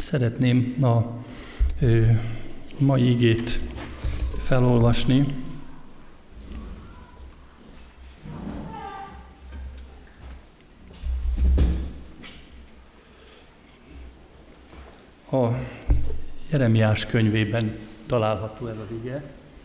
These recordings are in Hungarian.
Szeretném a mai igét felolvasni. A Jeremiás könyvében található ez az ige.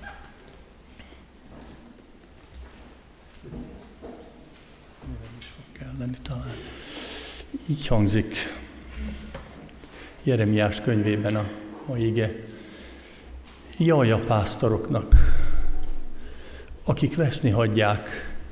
Is fog kelleni talán. Így hangzik Jeremiás könyvében a ige. Jaj a pásztoroknak, akik veszni hagyják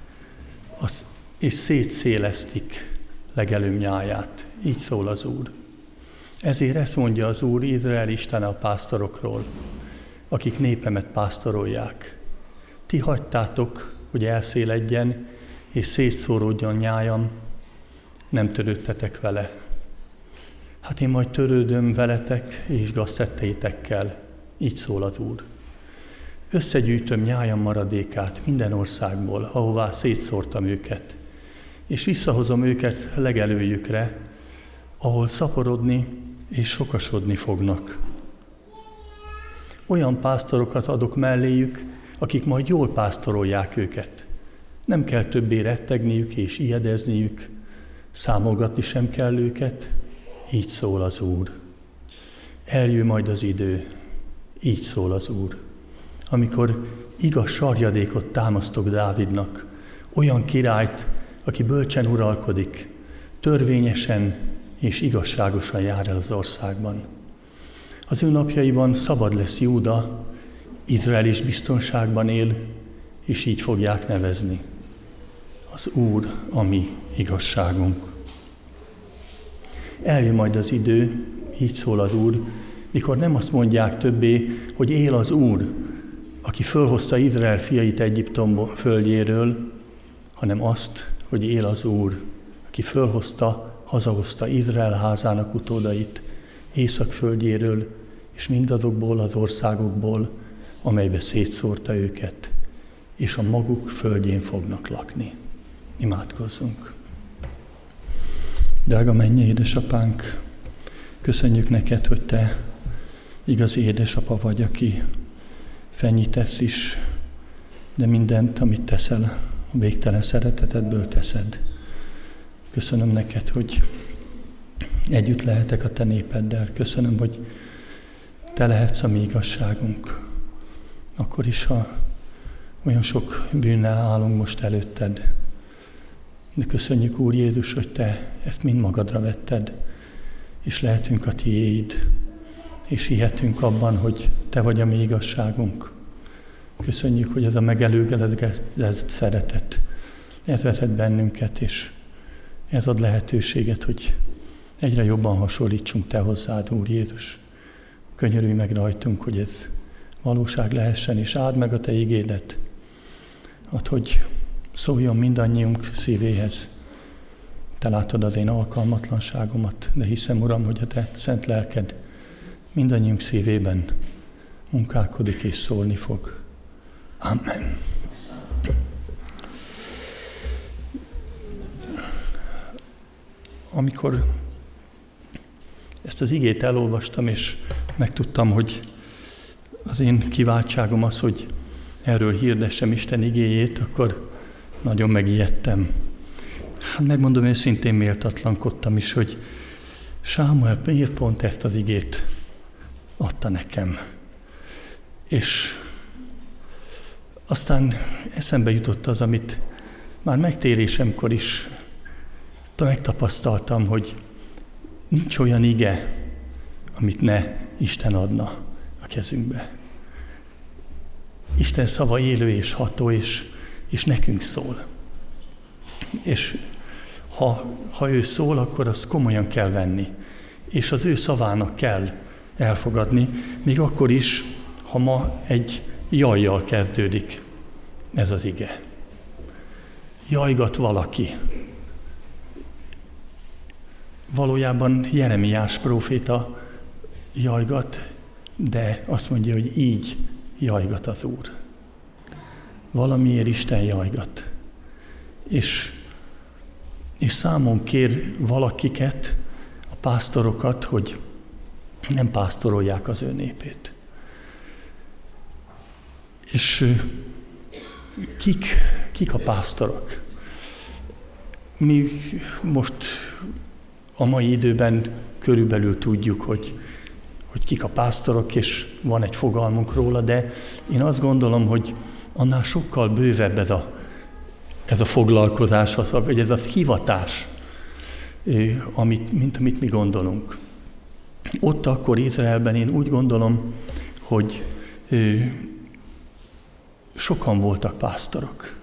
és szétszélesztik legelőm nyáját. Így szól az Úr. Ezért ezt mondja az Úr, Izrael Istene a pásztorokról, akik népemet pásztorolják. Ti hagytátok, hogy elszéledjen és szétszóródjon nyájam, nem törődtetek vele. Hát én majd törődöm veletek és gaztetteitekkel, így szól az Úr. Összegyűjtöm nyájam maradékát minden országból, ahová szétszórtam őket, és visszahozom őket legelőjükre, ahol szaporodni és sokasodni fognak. Olyan pásztorokat adok melléjük, akik majd jól pásztorolják őket. Nem kell többé rettegniük és ijedezniük, számolgatni sem kell őket, így szól az Úr. Eljön majd az idő, így szól az Úr, amikor igaz sarjadékot támasztok Dávidnak, olyan királyt, aki bölcsen uralkodik, törvényesen és igazságosan jár el az országban. Az ő napjaiban szabad lesz Júda, Izrael is biztonságban él, és így fogják nevezni. Az Úr a mi igazságunk. Eljön majd az idő, így szól az Úr, mikor nem azt mondják többé, hogy él az Úr, aki fölhozta Izrael fiait Egyiptom földjéről, hanem azt, hogy él az Úr, aki hazahozta Izrael házának utódait Észak földjéről, és mindazokból az országokból, amelybe szétszórta őket, és a maguk földjén fognak lakni. Imádkozzunk! Drága mennyei édesapánk, köszönjük neked, hogy te igazi édesapa vagy, aki fenyítesz is, de mindent, amit teszel, a végtelen szeretetedből teszed. Köszönöm neked, hogy együtt lehetek a te népeddel. Köszönöm, hogy te lehetsz a mi igazságunk. Akkor is, ha olyan sok bűnnel állunk most előtted. De köszönjük, Úr Jézus, hogy te ezt mind magadra vetted, és lehetünk a tiéd, és hihetünk abban, hogy te vagy a mi igazságunk. Köszönjük, hogy ez a megelőlegezett szeretet, ez vezet bennünket, és ez ad lehetőséget, hogy egyre jobban hasonlítsunk te hozzád, Úr Jézus. Könyörülj meg rajtunk, hogy ez valóság lehessen, és áld meg a te igédet. Add, hogy szóljon mindannyiunk szívéhez. Te látod az én alkalmatlanságomat, de hiszem, Uram, hogy a te szent lelked mindannyiunk szívében munkálkodik és szólni fog. Amen. Amikor ezt az igét elolvastam, és megtudtam, hogy az én kiváltságom az, hogy erről hirdessem Isten igéjét, akkor nagyon megijedtem. Hát megmondom, őszintén méltatlankodtam is, hogy Sámuel miért pont ezt az igét adta nekem. És aztán eszembe jutott az, amit már megtérésemkor is megtapasztaltam, hogy nincs olyan ige, amit ne Isten adna a kezünkbe. Isten szava élő és ható, és nekünk szól. És ha ő szól, akkor azt komolyan kell venni. És az ő szavának kell elfogadni, még akkor is, ha ma egy jajjal kezdődik ez az ige. Jajgat valaki. Valójában Jeremiás próféta jajgat, de azt mondja, hogy így jajgat az Úr. Valamiért Isten jajgat. És számon kér valakiket, a pásztorokat, hogy nem pásztorolják az ő népét. És kik a pásztorok? Mi most a mai időben körülbelül tudjuk, hogy kik a pásztorok, és van egy fogalmunk róla, de én azt gondolom, hogy annál sokkal bővebb ez a foglalkozás, vagy ez a hivatás, mint amit mi gondolunk. Ott akkor Izraelben én úgy gondolom, hogy sokan voltak pásztorok.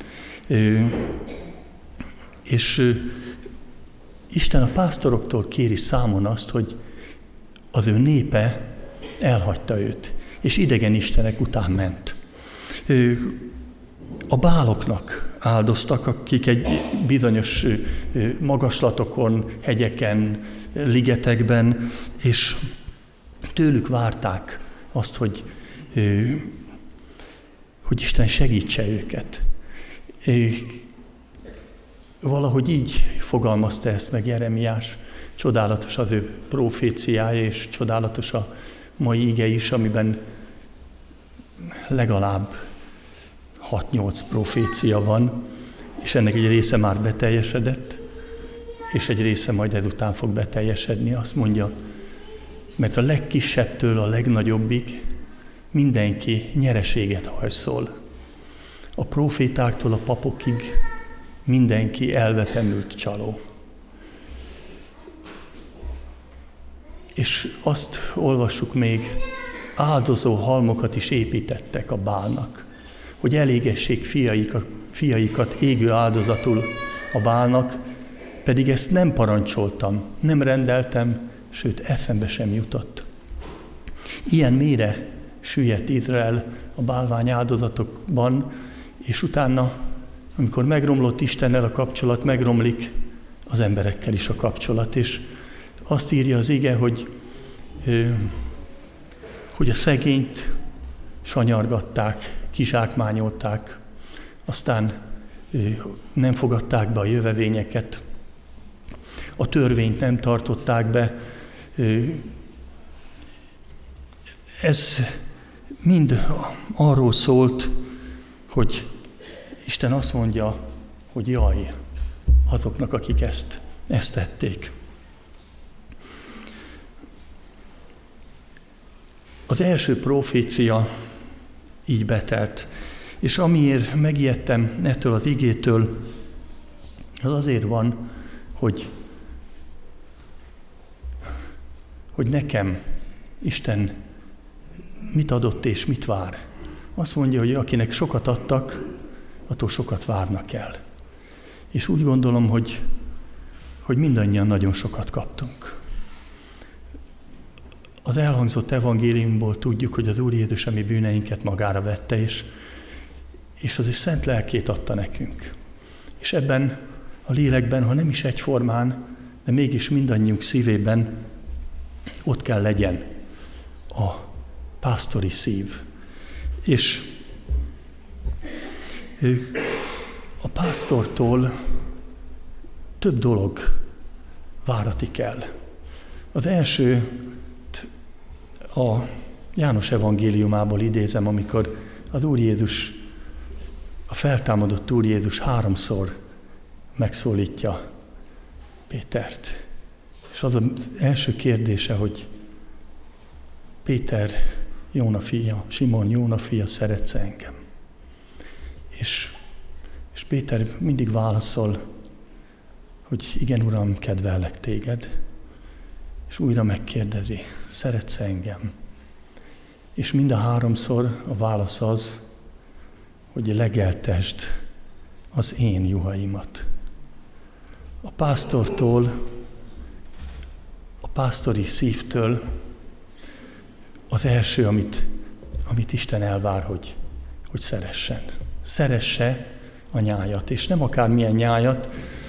És Isten a pásztoroktól kéri számon azt, hogy az ő népe elhagyta őt, és idegen istenek után ment. A báloknak áldoztak, akik egy bizonyos magaslatokon, hegyeken, ligetekben, és tőlük várták azt, hogy Isten segítse őket. Valahogy így fogalmazta ezt meg Jeremiás. Csodálatos az ő proféciája, és csodálatos a mai ige is, amiben legalább 6-8 profécia van, és ennek egy része már beteljesedett, és egy része majd ezután fog beteljesedni. Azt mondja, mert a legkisebbtől a legnagyobbig mindenki nyereséget hajszol. A profétáktól a papokig mindenki elvetemült csaló. És azt olvassuk még, áldozó halmokat is építettek a Bálnak, hogy elégessék fiaikat égő áldozatul a Bálnak, pedig ezt nem parancsoltam, nem rendeltem, sőt eszembe sem jutott. Ilyen mélyre süllyedt Izrael a bálvány áldozatokban, és utána, amikor megromlott Istennel a kapcsolat, megromlik az emberekkel is a kapcsolat. És azt írja az ige, hogy a szegényt sanyargatták, kizsákmányolták, aztán nem fogadták be a jövevényeket, a törvényt nem tartották be. Ez mind arról szólt, hogy Isten azt mondja, hogy jaj, azoknak, akik ezt tették. Az első profécia így betelt, és amiért megijedtem ettől az igétől, az azért van, hogy nekem Isten mit adott és mit vár. Azt mondja, hogy akinek sokat adtak, attól sokat várnak el. És úgy gondolom, hogy mindannyian nagyon sokat kaptunk. Az elhangzott evangéliumból tudjuk, hogy az Úr Jézus a mi bűneinket magára vette, és az ő szent lelkét adta nekünk. És ebben a lélekben, ha nem is egyformán, de mégis mindannyiunk szívében ott kell legyen a pásztori szív. És a pásztortól több dolog váratik el. Az első a János evangéliumából idézem, amikor az Úr Jézus, a feltámadott Úr Jézus 3-szor megszólítja Pétert. És az első kérdése, hogy Péter, Jóna fia, Simon, Jóna fia, szeretsz engem? És Péter mindig válaszol, hogy igen, Uram, kedvellek téged. És újra megkérdezi, szeretsz engem? És mind a 3-szor a válasz az, hogy legeltesd az én juhaimat. A pásztortól, a pásztori szívtől az első, amit Isten elvár, hogy szeressen. Szeresse a nyájat, és nem akármilyen nyájat.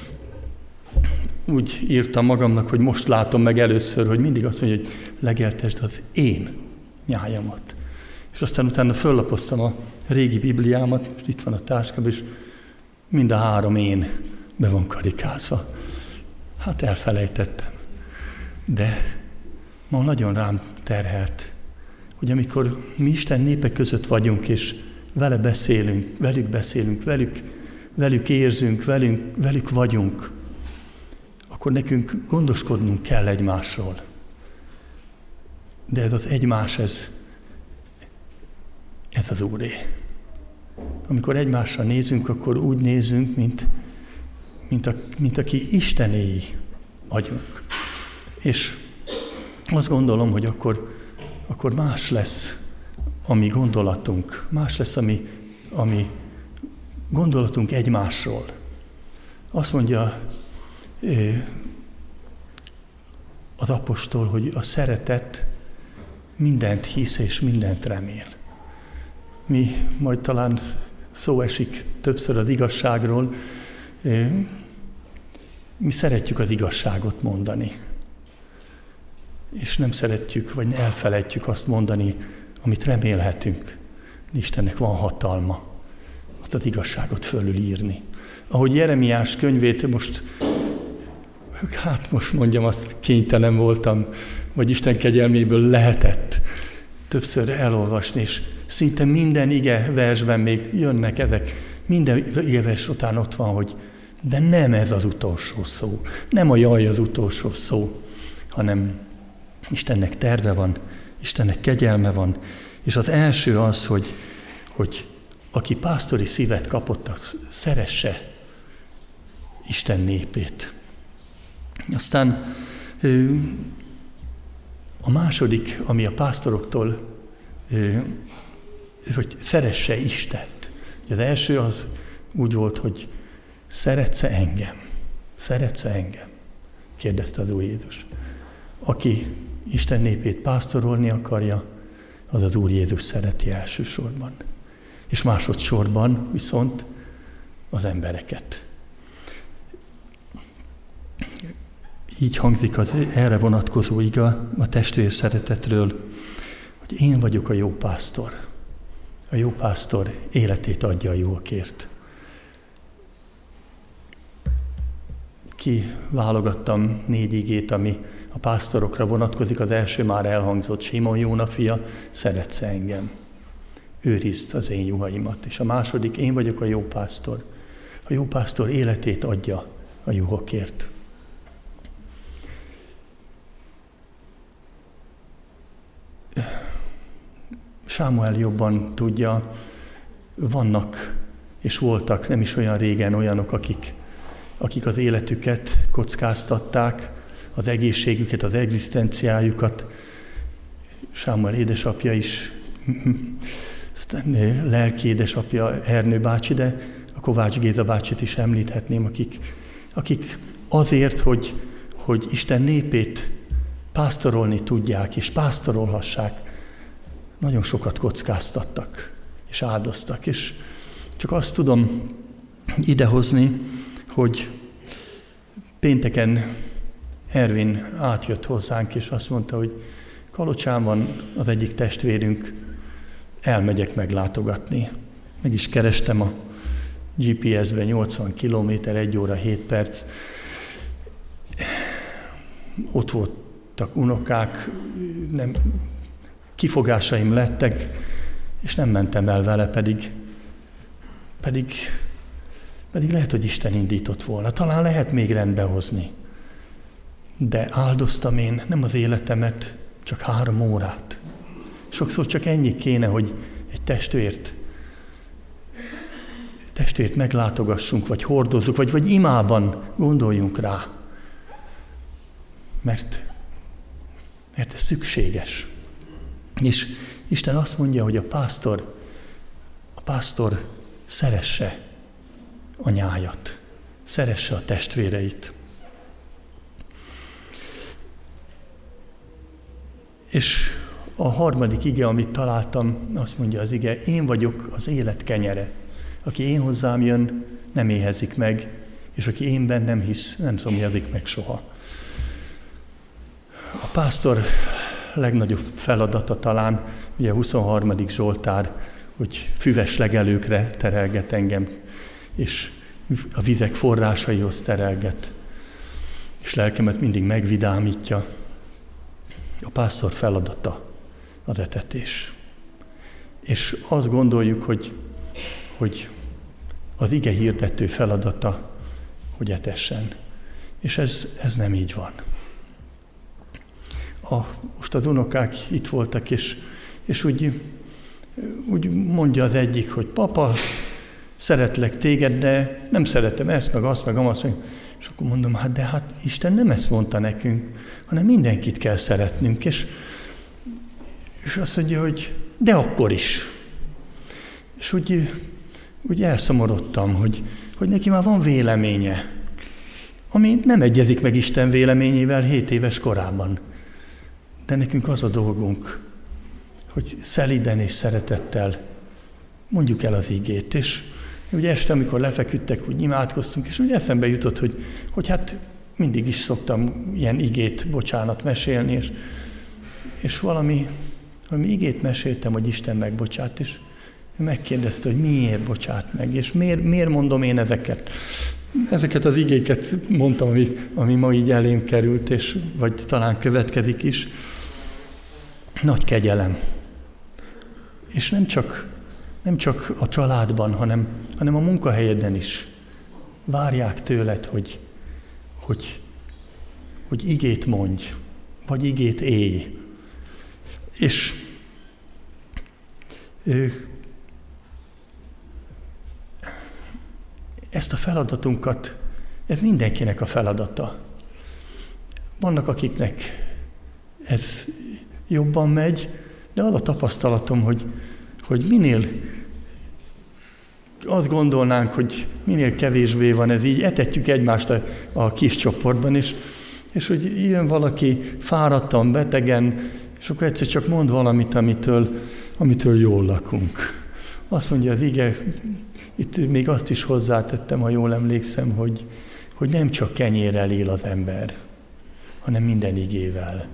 Úgy írtam magamnak, hogy most látom meg először, hogy mindig azt mondja, hogy legeltesd az én nyájamat. És aztán utána föllapoztam a régi Bibliámat, és itt van a táskában, és mind a 3 én be van karikázva. Hát elfelejtettem. De ma nagyon rám terhelt, hogy amikor mi Isten népe között vagyunk, és velük beszélünk, velük érzünk, velük vagyunk, akkor nekünk gondoskodnunk kell egymásról. De ez az egymás, ez az Úré. Amikor egymásra nézünk, akkor úgy nézünk, mint aki Istenéi vagyunk. És azt gondolom, hogy akkor más lesz a mi gondolatunk, más lesz a mi gondolatunk egymásról. Azt mondja az apostol, hogy a szeretet mindent hisz és mindent remél. Mi majd talán szó esik többször az igazságról, mi szeretjük az igazságot mondani. És nem szeretjük, vagy elfelejtjük azt mondani, amit remélhetünk. Istennek van hatalma azt az igazságot fölülírni. Ahogy Jeremiás könyvét most mondjam, azt kénytelen voltam, vagy Isten kegyelméből lehetett többször elolvasni, és szinte minden ige versben még jönnek ezek. Minden ige vers után ott van, hogy de nem ez az utolsó szó. Nem a jaj az utolsó szó, hanem Istennek terve van, Istennek kegyelme van, és az első az, hogy aki pásztori szívet kapott, az szeresse Isten népét. Aztán a második, ami a pásztoroktól, hogy szeresse Istent. Az első az úgy volt, hogy szeretsz-e engem? Szeretsz-e engem? Kérdezte az Úr Jézus. Aki Isten népét pásztorolni akarja, az az Úr Jézus szereti elsősorban. És másodszorban viszont az embereket. Így hangzik az erre vonatkozó iga a testvér szeretetről, hogy én vagyok a jó pásztor. A jó pásztor életét adja a jókért. Kiválogattam 4 igét, ami a pásztorokra vonatkozik. Az első már elhangzott, Simon Jóna fia, szeretsz engem. Őrizd az én juhaimat. És a második, én vagyok a jó pásztor. A jó pásztor életét adja a juhokért. Sámuel jobban tudja, vannak és voltak nem is olyan régen olyanok, akik az életüket kockáztatták, az egészségüket, az egzisztenciájukat. Sámuel édesapja is, lelki édesapja Ernő bácsi, de a Kovács Géza bácsit is említhetném, akik azért, hogy Isten népét pásztorolni tudják, és pásztorolhassák, nagyon sokat kockáztattak, és áldoztak. És csak azt tudom idehozni, hogy pénteken Ervin átjött hozzánk, és azt mondta, hogy Kalocsán van az egyik testvérünk, elmegyek meglátogatni. Meg is kerestem a GPS-ben 80 km, 1 óra 7 perc. Ott voltak unokák, nem, kifogásaim lettek, és nem mentem el vele, pedig lehet, hogy Isten indított volna. Talán lehet még rendbe hozni. De áldoztam én nem az életemet, csak 3 órát. Sokszor csak ennyi kéne, hogy egy testvért meglátogassunk, vagy hordozzuk, vagy imában gondoljunk rá. Mert ez szükséges. És Isten azt mondja, hogy a pásztor szeresse a nyájat, szeresse a testvéreit. És a harmadik ige, amit találtam, azt mondja az ige, én vagyok az élet kenyere. Aki én hozzám jön, nem éhezik meg, és aki énben nem hisz, nem szomjazik meg soha. A pásztor legnagyobb feladata talán, ugye a 23. Zsoltár, hogy füves legelőkre terelget engem, és a vizek forrásaihoz terelget, és lelkemet mindig megvidámítja. A pásztor feladata az etetés. És azt gondoljuk, hogy az ige hirdető feladata, hogy etessen. És ez nem így van. Most az unokák itt voltak, és úgy mondja az egyik, hogy papa, szeretlek téged, de nem szeretem ezt, meg azt, meg amazt, és akkor mondom, de Isten nem ezt mondta nekünk, hanem mindenkit kell szeretnünk, és azt mondja, hogy de akkor is. És úgy elszomorodtam, hogy neki már van véleménye, ami nem egyezik meg Isten véleményével 7 éves korában. De nekünk az a dolgunk, hogy szelíden és szeretettel mondjuk el az igét. És ugye este, amikor lefeküdtek, úgy imádkoztunk, és úgy eszembe jutott, hogy mindig is szoktam ilyen igét, bocsánat, mesélni, és valami igét meséltem, hogy Isten megbocsát, és ő megkérdezte, hogy miért bocsát meg, és miért mondom én ezeket. Ezeket az igéket mondtam, ami ma így elém került, vagy talán következik is. Nagy kegyelem. És nem csak a családban, hanem a munkahelyeden is várják tőled, hogy igét mondj, vagy igét élj. És ezt a feladatunkat, ez mindenkinek a feladata. Vannak, akiknek ez jobban megy, de az a tapasztalatom, hogy minél azt gondolnánk, hogy minél kevésbé van ez így, etetjük egymást a kis csoportban, és hogy jön valaki fáradtan, betegen, és akkor egyszer csak mond valamit, amitől jól lakunk. Azt mondja az ige, itt még azt is hozzátettem, ha jól emlékszem, hogy nem csak kenyérrel él az ember, hanem minden igével.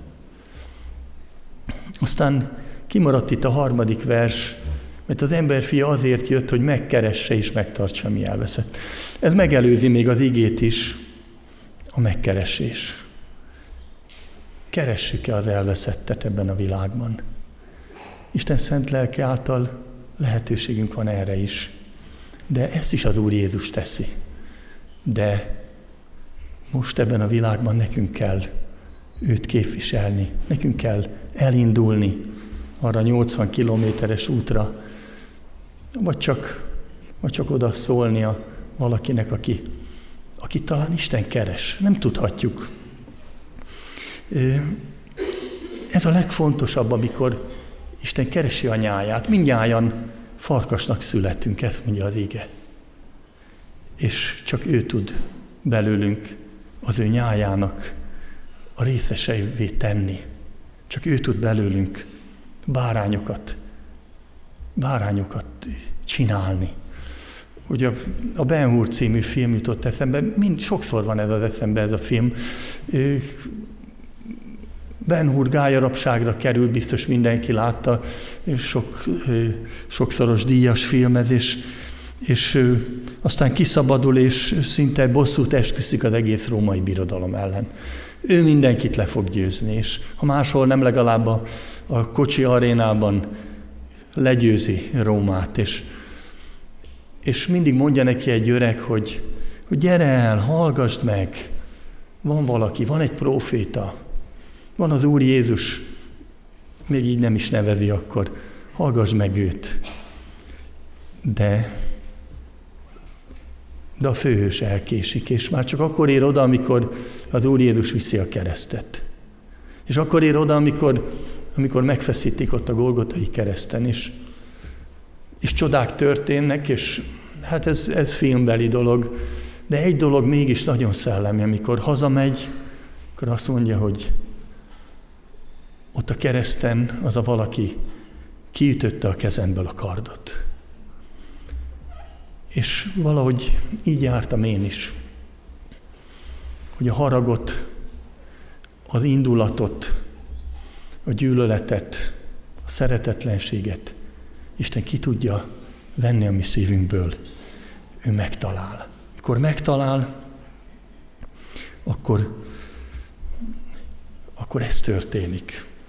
Aztán kimaradt itt a 3. vers, mert az emberfia azért jött, hogy megkeresse és megtartsa, mi elveszett. Ez megelőzi még az igét is, a megkeresés. Keressük-e az elveszettet ebben a világban? Isten szent lelke által lehetőségünk van erre is. De ezt is az Úr Jézus teszi. De most ebben a világban nekünk kell őt képviselni, nekünk kell elindulni arra 80 kilométeres útra, vagy csak oda szólnia valakinek, aki talán Isten keres. Nem tudhatjuk. Ez a legfontosabb, amikor Isten keresi a nyáját. Mindnyájan farkasnak születünk, ezt mondja az ige. És csak ő tud belőlünk az ő nyájának a részeseivé tenni. Csak ő tud belőlünk bárányokat csinálni. Ugye a Ben Hur című film jutott eszembe, sokszor van ez az eszembe ez a film. Ben Hur gályarapságra kerül, biztos mindenki látta, sokszoros díjas film ez, és aztán kiszabadul, és szinte bosszút esküszik az egész római birodalom ellen. Ő mindenkit le fog győzni, és ha máshol nem, legalább a kocsi arénában legyőzi Rómát, és mindig mondja neki egy öreg, hogy gyere el, hallgassd meg, van valaki, van egy próféta, van az Úr Jézus, még így nem is nevezi akkor, hallgassd meg őt. De a főhős elkésik, és már csak akkor ér oda, amikor az Úr Jézus viszi a keresztet. És akkor ér oda, amikor megfeszítik ott a Golgotai kereszten, és csodák történnek, és hát ez filmbeli dolog, de egy dolog mégis nagyon szellemi, amikor hazamegy, akkor azt mondja, hogy ott a kereszten az a valaki kiütötte a kezemből a kardot. És valahogy így jártam én is, hogy a haragot, az indulatot, a gyűlöletet, a szeretetlenséget Isten ki tudja venni a mi szívünkből. Ő megtalál. Mikor megtalál, akkor ez történik.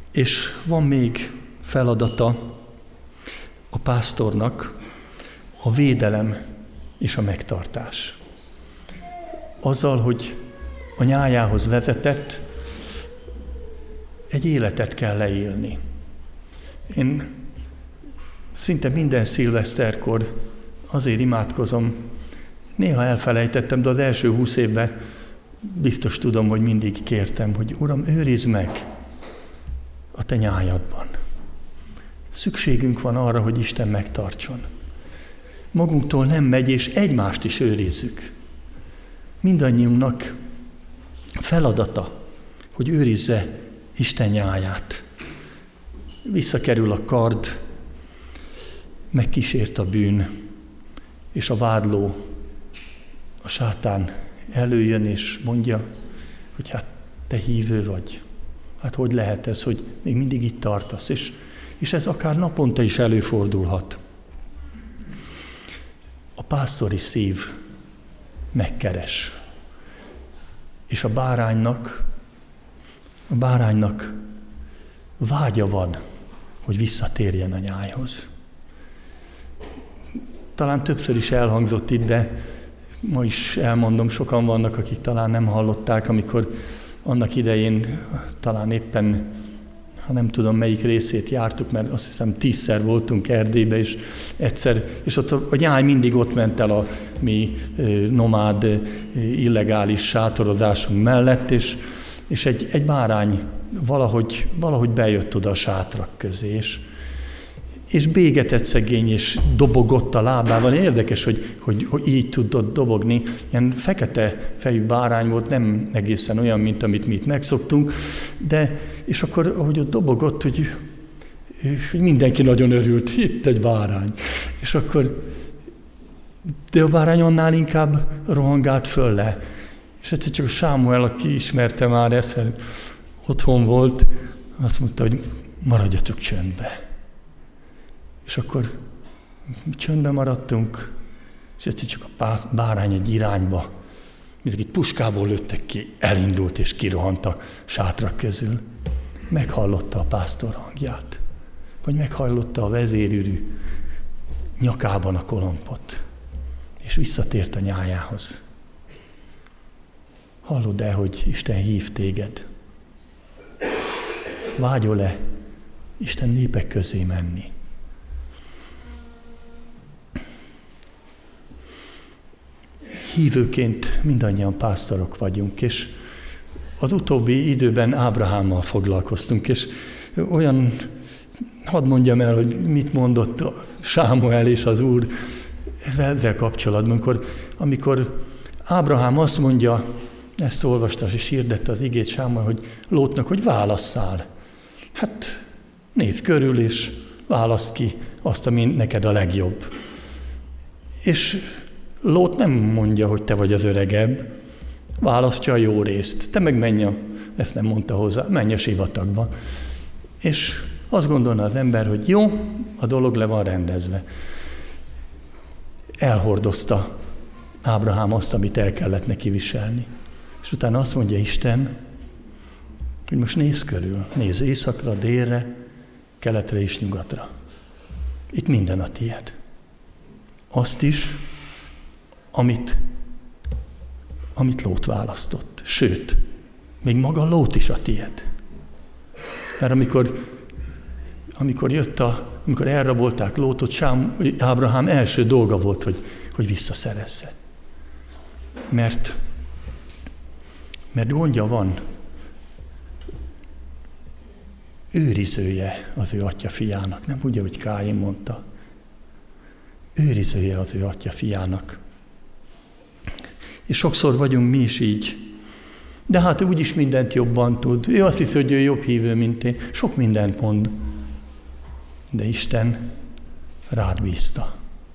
És van még feladata a pásztornak, a védelem és a megtartás. Azzal, hogy a nyájához vezetett, egy életet kell leélni. Én szinte minden szilveszterkor azért imádkozom, néha elfelejtettem, de az első 20 évben biztos tudom, hogy mindig kértem, hogy Uram, őrizd meg a te nyájadban. Szükségünk van arra, hogy Isten megtartson. Magunktól nem megy, és egymást is őrizzük. Mindannyiunknak feladata, hogy őrizze Isten nyáját. Visszakerül a kard, megkísért a bűn, és a vádló, a sátán előjön és mondja, hogy hát te hívő vagy. Hát hogy lehet ez, hogy még mindig itt tartasz? És ez akár naponta is előfordulhat. A pásztori szív megkeres. És a báránynak vágya van, hogy visszatérjen a nyájhoz. Talán többször is elhangzott itt, de ma is elmondom, sokan vannak, akik talán nem hallották, amikor annak idején talán éppen, ha nem tudom melyik részét jártuk, mert azt hiszem 10-szer voltunk Erdélybe, és egyszer, és ott a nyáj mindig ott ment el a mi nomád, illegális sátorozásunk mellett, és egy bárány valahogy bejött oda a sátrak közé, és bégetett szegény, és dobogott a lábával. Érdekes, hogy így tudott dobogni. Ilyen fekete fejű bárány volt, nem egészen olyan, mint amit mi itt megszoktunk, de és akkor, ahogy ott dobogott, hogy mindenki nagyon örült, itt egy bárány. És akkor, de a bárány annál inkább rohangált föl le. És egyszer csak a Sámuel, aki ismerte már ezt, otthon volt, azt mondta, hogy maradjatok csöndbe. És akkor csöndben maradtunk, és egyszer csak a bárány egy irányba, mint akit puskából lőttek ki, elindult és kirohant a sátrak közül. Meghallotta a pásztor hangját, vagy meghallotta a vezérűrű nyakában a kolompot, és visszatért a nyájához. Hallod-e, hogy Isten hív téged? Vágyol-e Isten népek közé menni? Hívőként mindannyian pásztorok vagyunk, és az utóbbi időben Ábrahámmal foglalkoztunk, és olyan, hadd mondjam el, hogy mit mondott Sámuel és az Úr ezzel kapcsolatban, amikor Ábrahám azt mondja, ezt olvasta és hirdette az igét Sámuel, hogy Lótnak, hogy válasszál. Hát nézz körül, és válaszd ki azt, ami neked a legjobb. És Lót nem mondja, hogy te vagy az öregebb, választja a jó részt. Te meg menj ezt nem mondta hozzá, menj a sivatagba. És azt gondolna az ember, hogy jó, a dolog le van rendezve. Elhordozta Ábrahám azt, amit el kellett neki viselni. És utána azt mondja Isten, hogy most nézz körül, nézz északra, délre, keletre és nyugatra. Itt minden a tied. Azt is, amit Lót választott. Sőt, még maga Lót is a tied. Mert amikor elrabolták Lótot, Ábrahám első dolga volt, hogy visszaszerezze. Mert gondja van, őrizője az ő atya fiának. Nem úgy, ahogy Káin mondta. Őrizője az ő atya fiának. És sokszor vagyunk mi is így. De hát úgyis mindent jobban tud. Ő azt hiszi, hogy ő jobb hívő, mint én. Sok mindent mond. De Isten rád bízta.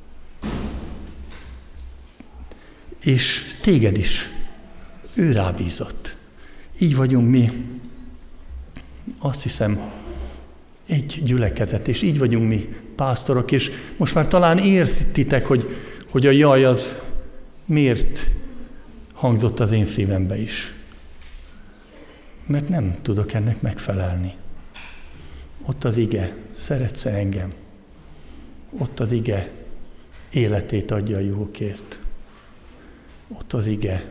És téged is ő rábízott. Így vagyunk mi. Azt hiszem, egy gyülekezet, és így vagyunk mi pásztorok, és most már talán értitek, hogy a jaj az miért hangzott az én szívembe is. Mert nem tudok ennek megfelelni. Ott az ige, szeretsz engem? Ott az ige, életét adja a juhokért. Ott az ige,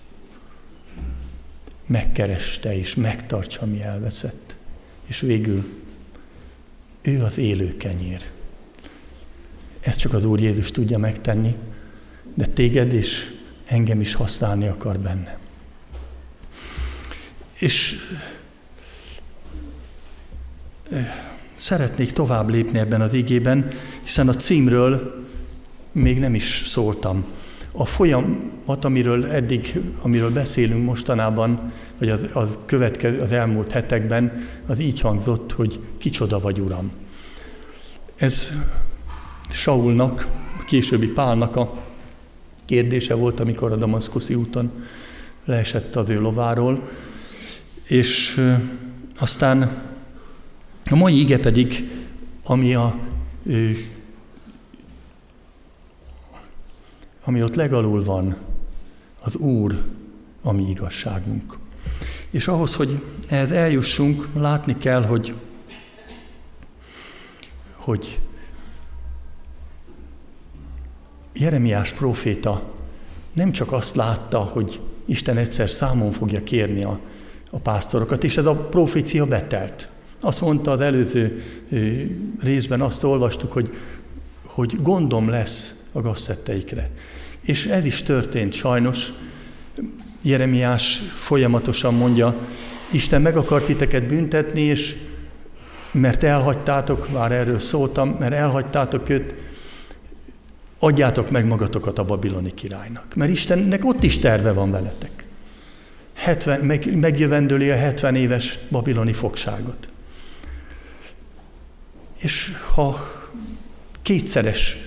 megkereste és megtartsa, ami elveszett. És végül ő az élő kenyér. Ezt csak az Úr Jézus tudja megtenni, de téged és engem is használni akar benne. És szeretnék tovább lépni ebben az igében, hiszen a címről még nem is szóltam. A folyamat, amiről beszélünk mostanában, vagy az elmúlt hetekben, az így hangzott, hogy kicsoda vagy, Uram. Ez Saulnak, későbbi Pálnak a kérdése volt, amikor a damaszkuszi úton leesett az ő lováról, és aztán a mai ige pedig, ami ott legalul van, az Úr, a mi igazságunk. És ahhoz, hogy ehhez eljussunk, látni kell, hogy Jeremiás próféta nem csak azt látta, hogy Isten egyszer számon fogja kérni a pásztorokat, és ez a profécia betelt. Azt mondta az előző részben, azt olvastuk, hogy gondom lesz a gaztetteikre. És ez is történt sajnos. Jeremiás folyamatosan mondja, Isten meg akar titeket büntetni, és mert elhagytátok, már erről szóltam, mert elhagytátok őt, adjátok meg magatokat a babiloni királynak. Mert Istennek ott is terve van veletek. Megjövendöli a 70 éves babiloni fogságot. És ha kétszeres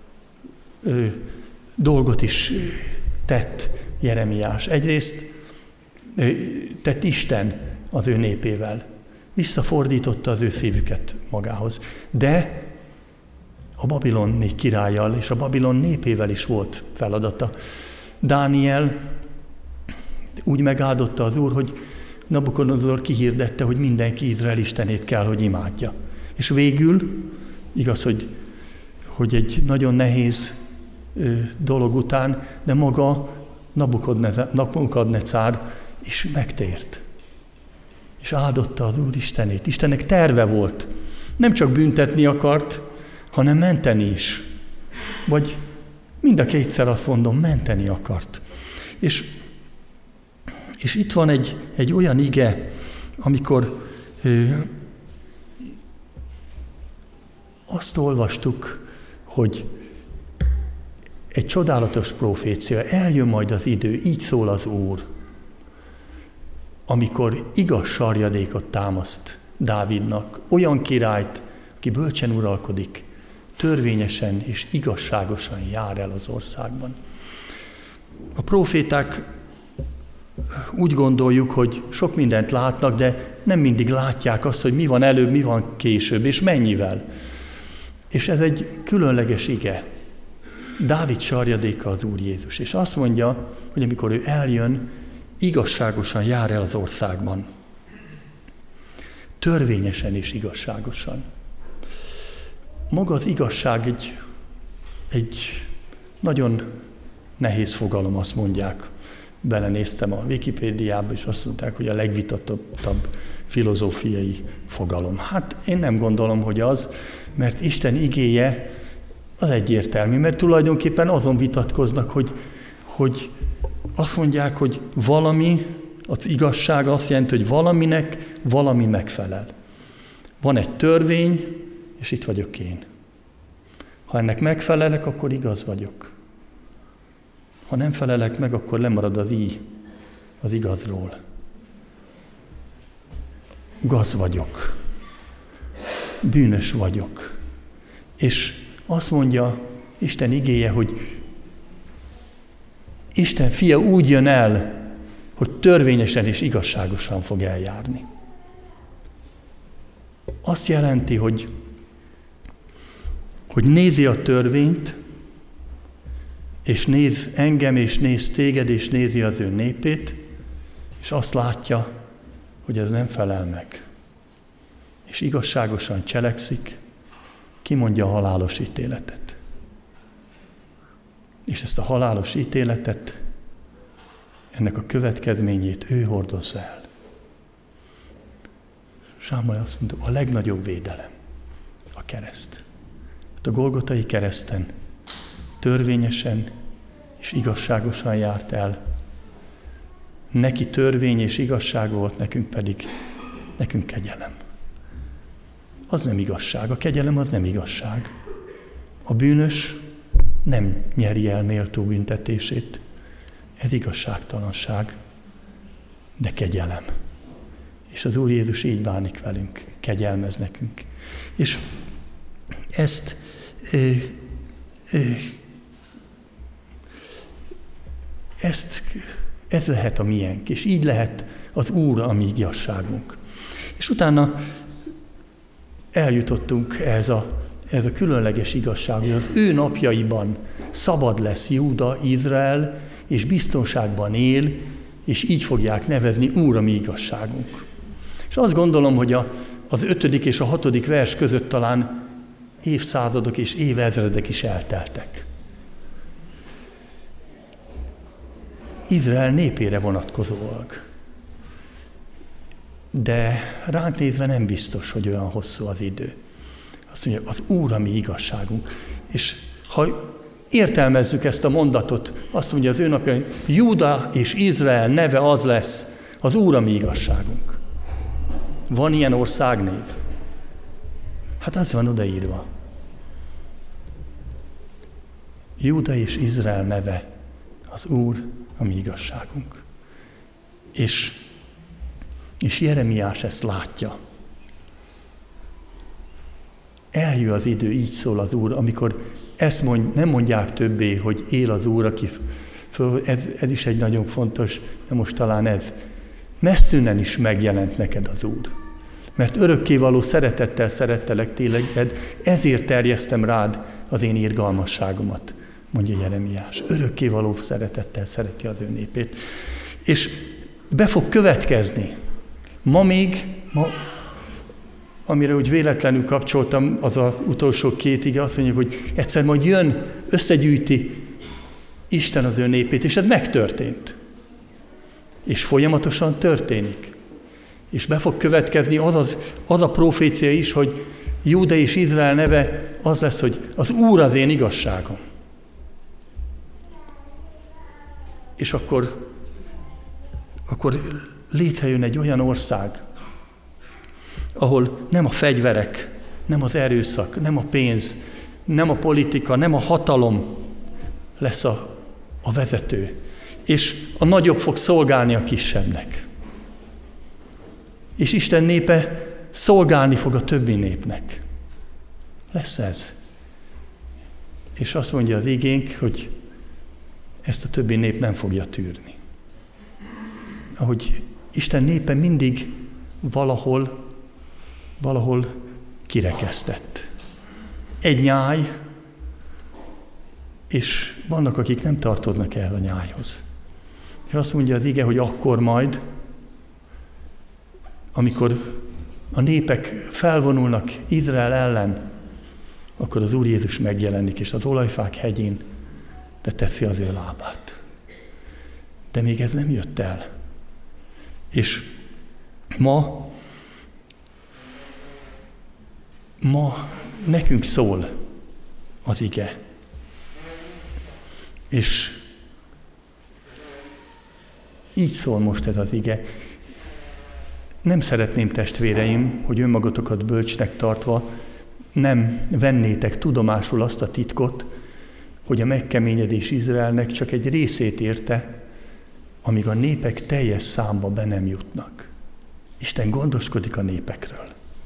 dolgot is tett Jeremiás. Egyrészt tett Isten az ő népével. Visszafordította az ő szívüket magához. De a babiloni királlyal és a Babilon népével is volt feladata. Dániel úgy megáldotta az Úr, hogy Nabukodonozor kihirdette, hogy mindenki Izrael istenét kell, hogy imádja. És végül, igaz, hogy egy nagyon nehéz dolog után, de maga Nabukadnecár is megtért. És áldotta az Úr Istenét. Istennek terve volt. Nem csak büntetni akart, hanem menteni is. Vagy mind a kétszer azt mondom, menteni akart. És itt van egy olyan ige, amikor azt olvastuk, hogy egy csodálatos profécia, eljön majd az idő, így szól az Úr, amikor igaz sarjadékot támaszt Dávidnak, olyan királyt, aki bölcsen uralkodik, törvényesen és igazságosan jár el az országban. A próféták úgy gondoljuk, hogy sok mindent látnak, de nem mindig látják azt, hogy mi van előbb, mi van később, és mennyivel. És ez egy különleges ige. Dávid sarjadéka az Úr Jézus. És azt mondja, hogy amikor ő eljön, igazságosan jár el az országban. Törvényesen és igazságosan. Maga az igazság egy nagyon nehéz fogalom, azt mondják. Belenéztem a Wikipédiába, és azt mondták, hogy a legvitatottabb filozófiai fogalom. Hát én nem gondolom, hogy az, mert Isten igéje az egyértelmű, mert tulajdonképpen azon vitatkoznak, hogy azt mondják, hogy valami, az igazság azt jelenti, hogy valaminek valami megfelel. Van egy törvény, és itt vagyok én. Ha ennek megfelelek, akkor igaz vagyok. Ha nem felelek meg, akkor lemarad az i az igazról. Gaz vagyok. Bűnös vagyok. És azt mondja Isten igéje, hogy Isten fia úgy jön el, hogy törvényesen és igazságosan fog eljárni. Azt jelenti, hogy nézi a törvényt, és néz engem, és néz téged, és nézi az ő népét, és azt látja, hogy ez nem felel meg. és igazságosan cselekszik, kimondja a halálos ítéletet. És ezt a halálos ítéletet, ennek a következményét ő hordozza el. Sámuel azt mondta, a legnagyobb védelem a kereszt. A Golgotai kereszten törvényesen és igazságosan járt el. Neki törvény és igazság volt, nekünk kegyelem. Az nem igazság, a kegyelem az nem igazság. A bűnös nem nyeri el méltó büntetését. Ez igazságtalanság, de kegyelem. És az Úr Jézus így bánik velünk, kegyelmez nekünk. És ez lehet a miénk, és így lehet az Úr a mi igazságunk. És utána eljutottunk ez a különleges igazság, hogy az ő napjaiban szabad lesz Júda, Izrael, és biztonságban él, és így fogják nevezni Úr a mi igazságunk. És azt gondolom, hogy az 5. és a 6. vers között talán évszázadok és évezredek is elteltek. Izrael népére vonatkozólag. De ránk nézve nem biztos, hogy olyan hosszú az idő. Azt mondja, az Úr a mi igazságunk. És ha értelmezzük ezt a mondatot, azt mondja az ő napja, hogy Júda és Izrael neve az lesz, az Úr a mi igazságunk. Van ilyen országnév? Hát az van odaírva. Júda és Izrael neve, az Úr a mi igazságunk. És Jeremiás ezt látja. Eljön az idő, így szól az Úr, amikor nem mondják többé, hogy él az Úr, aki föl, ez is egy nagyon fontos, de most talán ez. Messzűnen is megjelent neked az Úr. Mert örökkévaló szeretettel szerettelek téged, ezért terjesztem rád az én irgalmasságomat, mondja Jeremiás. Örökkévaló szeretettel szereti az ő népét. És be fog következni. Ma, amire úgy véletlenül kapcsoltam, az az utolsó 2 ige, azt mondja, hogy egyszer majd jön, összegyűjti Isten az ő népét, és ez megtörtént. És folyamatosan történik. És be fog következni az a profécia is, hogy Júda és Izrael neve az lesz, hogy az Úr az én igazságom. És akkor létrejön egy olyan ország, ahol nem a fegyverek, nem az erőszak, nem a pénz, nem a politika, nem a hatalom lesz a vezető. És a nagyobb fog szolgálni a kisebbnek. És Isten népe szolgálni fog a többi népnek. Lesz ez. És azt mondja az igénk, hogy ezt a többi nép nem fogja tűrni. Ahogy Isten népe mindig valahol kirekesztett. Egy nyáj, és vannak, akik nem tartoznak ehhez a nyájhoz. És azt mondja az ige, hogy akkor majd, amikor a népek felvonulnak Izrael ellen, akkor az Úr Jézus megjelenik, és az olajfák hegyén leteszi az ő lábát. De még ez nem jött el. És ma nekünk szól az ige. És így szól most ez az ige. Nem szeretném, testvéreim, hogy önmagatokat bölcsnek tartva nem vennétek tudomásul azt a titkot, hogy a megkeményedés Izraelnek csak egy részét érte, amíg a népek teljes számba be nem jutnak. Isten gondoskodik a népekről.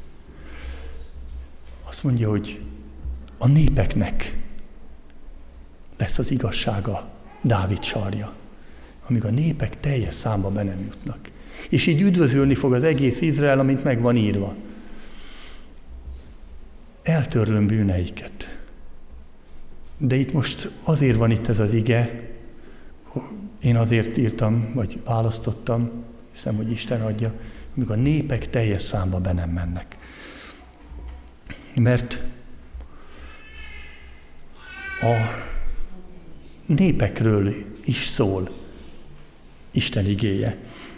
Azt mondja, hogy a népeknek lesz az igazsága Dávid sarja, amíg a népek teljes számba be nem jutnak. És így üdvözölni fog az egész Izrael, amint meg van írva. Eltörlöm bűneiket. De itt most azért van itt ez az ige, én azért írtam, vagy választottam, hiszem, hogy Isten adja, amíg a népek teljes számba be nem mennek. Mert a népekről is szól Isten igéje.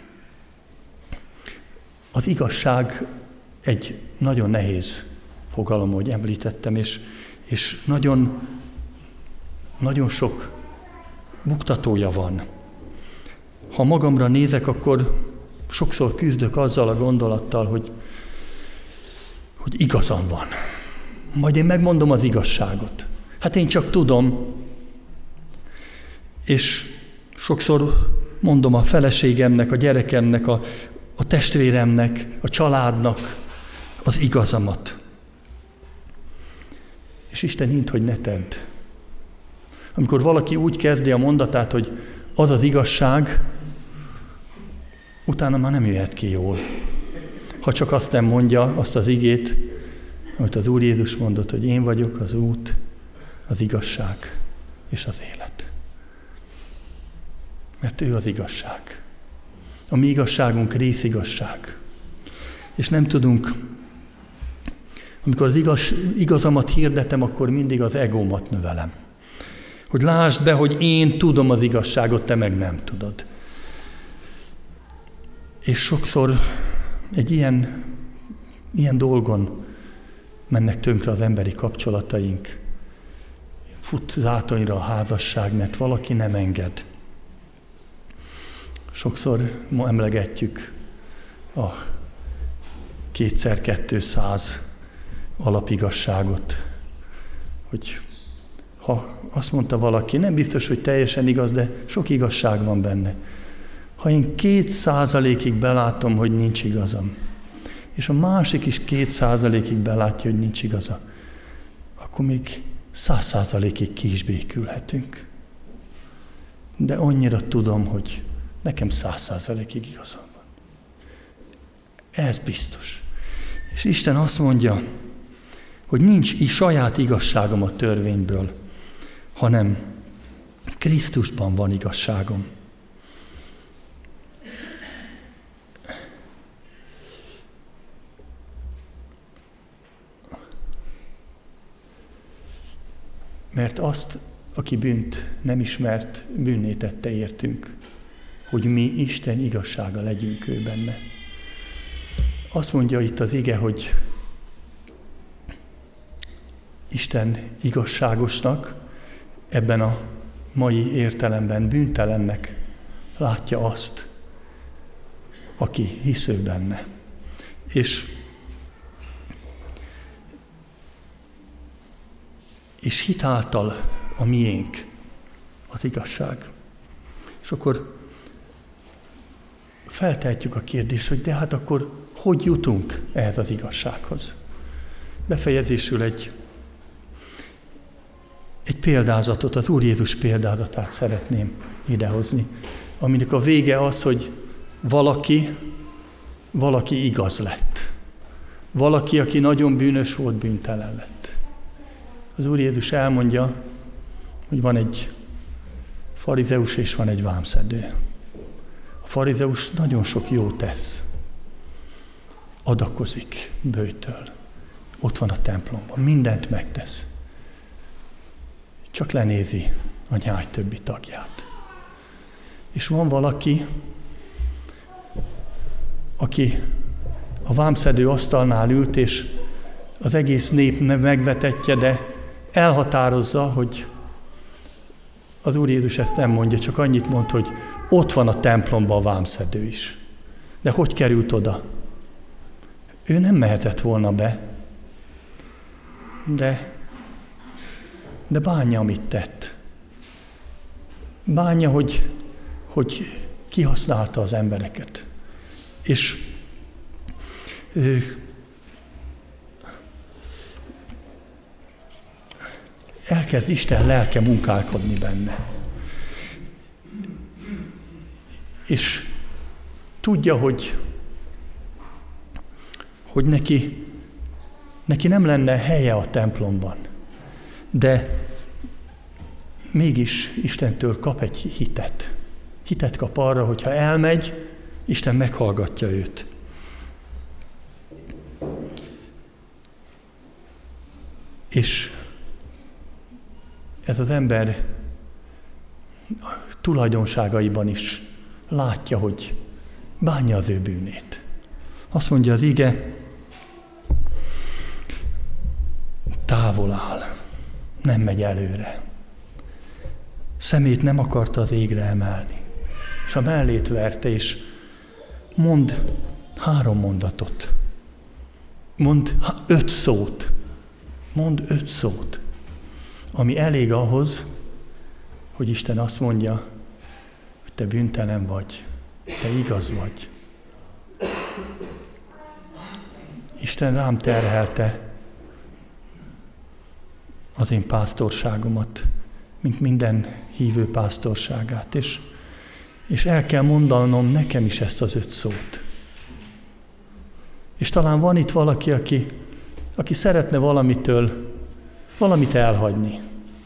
Az igazság egy nagyon nehéz fogalom, ahogy említettem, és nagyon, nagyon sok buktatója van. Ha magamra nézek, akkor sokszor küzdök azzal a gondolattal, hogy igazam van. Majd én megmondom az igazságot. Hát én csak tudom. És sokszor mondom a feleségemnek, a gyerekemnek, a testvéremnek, a családnak az igazamat. És Isten hint, hogy ne tedd. Amikor valaki úgy kezdi a mondatát, hogy az az igazság, utána már nem jöhet ki jól. Ha csak azt nem mondja, azt az igét, amit az Úr Jézus mondott, hogy én vagyok az út, az igazság és az élet. Mert ő az igazság. A mi igazságunk részigazság. És nem tudunk, amikor az igazamat hirdetem, akkor mindig az egómat növelem. Hogy lásd be, hogy én tudom az igazságot, te meg nem tudod. És sokszor egy ilyen dolgon mennek tönkre az emberi kapcsolataink. Fut zátonyra a házasság, mert valaki nem enged. Sokszor ma emlegetjük a 2x200 alapigasságot, hogy ha azt mondta valaki, nem biztos, hogy teljesen igaz, de sok igazság van benne. Ha én 2%-ig belátom, hogy nincs igazam, és a másik is 2%-ig belátja, hogy nincs igaza, akkor még 100%-ig ki is békülhetünk. De annyira tudom, hogy nekem 100%-ig igazam van. Ez biztos. És Isten azt mondja, hogy nincs saját igazságom a törvényből, hanem Krisztusban van igazságom. Mert azt, aki bűnt nem ismert, bűnné tette értünk, hogy mi Isten igazsága legyünk ő benne. Azt mondja itt az ige, hogy Isten igazságosnak, ebben a mai értelemben bűntelennek látja azt, aki hisz ő benne. És hitáltal a miénk az igazság. És akkor feltehetjük a kérdést, hogy de hát akkor hogy jutunk ehhez az igazsághoz? Befejezésül egy példázatot, az Úr Jézus példázatát szeretném idehozni, aminek a vége az, hogy valaki igaz lett. Valaki, aki nagyon bűnös volt, bűntelen lett. Az Úr Jézus elmondja, hogy van egy farizeus és van egy vámszedő. A farizeus nagyon sok jót tesz. Adakozik bőjtől. Ott van a templomban. Mindent megtesz. Csak lenézi a nyáj többi tagját. És van valaki, aki a vámszedő asztalnál ült, és az egész nép megvetetje, de elhatározza, hogy az Úr Jézus ezt nem mondja, csak annyit mond, hogy ott van a templomban a vámszedő is. De hogy került oda? Ő nem mehetett volna be, de bánja, amit tett. Bánja, hogy kihasználta az embereket. És elkezd Isten lelke munkálkodni benne. És tudja, hogy neki nem lenne helye a templomban, de mégis Istentől kap egy hitet. Hitet kap arra, hogy ha elmegy, Isten meghallgatja őt. És ez az ember tulajdonságaiban is látja, hogy bánja az ő bűnét. Azt mondja az ige, távol áll, nem megy előre. Szemét nem akarta az égre emelni, és a mellét verte, és mond 3 mondatot. Mond 5 szót. Mond 5 szót, ami elég ahhoz, hogy Isten azt mondja, hogy te bűntelen vagy, te igaz vagy. Isten rám terhelte az én pásztorságomat, mint minden hívő pásztorságát, és el kell mondanom nekem is ezt az 5 szót. És talán van itt valaki, aki szeretne valamit elhagyni.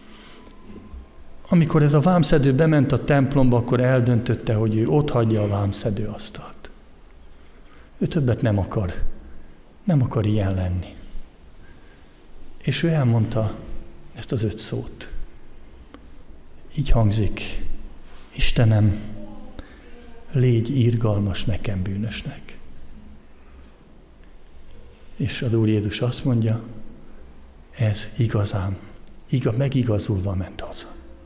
Amikor ez a vámszedő bement a templomba, akkor eldöntötte, hogy ő ott hagyja a vámszedő asztalt. Ő többet nem akar ilyen lenni. És ő elmondta ezt az 5 szót. Így hangzik, Istenem, légy irgalmas nekem bűnösnek. És az Úr Jézus azt mondja, ez igazán, megigazulva ment haza.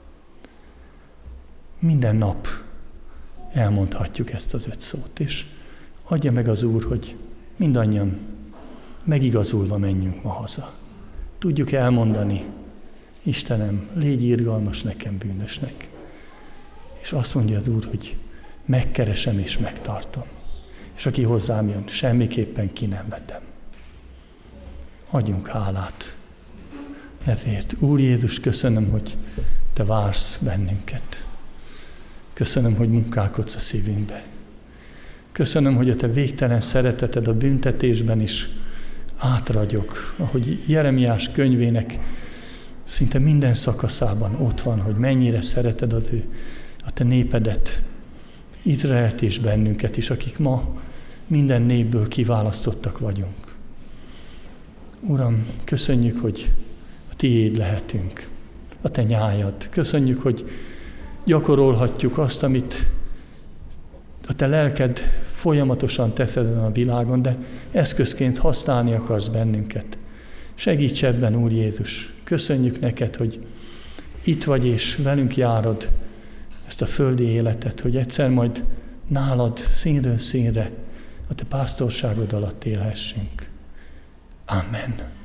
Minden nap elmondhatjuk ezt az 5 szót, és adja meg az Úr, hogy mindannyian megigazulva menjünk ma haza. Tudjuk elmondani, Istenem, légy irgalmas nekem bűnösnek. És azt mondja az Úr, hogy megkeresem és megtartom. És aki hozzám jön, semmiképpen ki nem vetem. Adjunk hálát ezért. Úr Jézus, köszönöm, hogy te vársz bennünket. Köszönöm, hogy munkálkodsz a szívünkbe. Köszönöm, hogy a te végtelen szereteted a büntetésben is átragyog, ahogy Jeremiás könyvének szinte minden szakaszában ott van, hogy mennyire szereted a te népedet, Izraelt és bennünket is, akik ma minden népből kiválasztottak vagyunk. Uram, köszönjük, hogy a tiéd lehetünk, a te nyájad. Köszönjük, hogy gyakorolhatjuk azt, amit a te lelked folyamatosan teszed a világon, de eszközként használni akarsz bennünket. Segíts ebben, Úr Jézus! Köszönjük neked, hogy itt vagy és velünk járod ezt a földi életet, hogy egyszer majd nálad színről színre a te pásztorságod alatt élhessünk. Amen.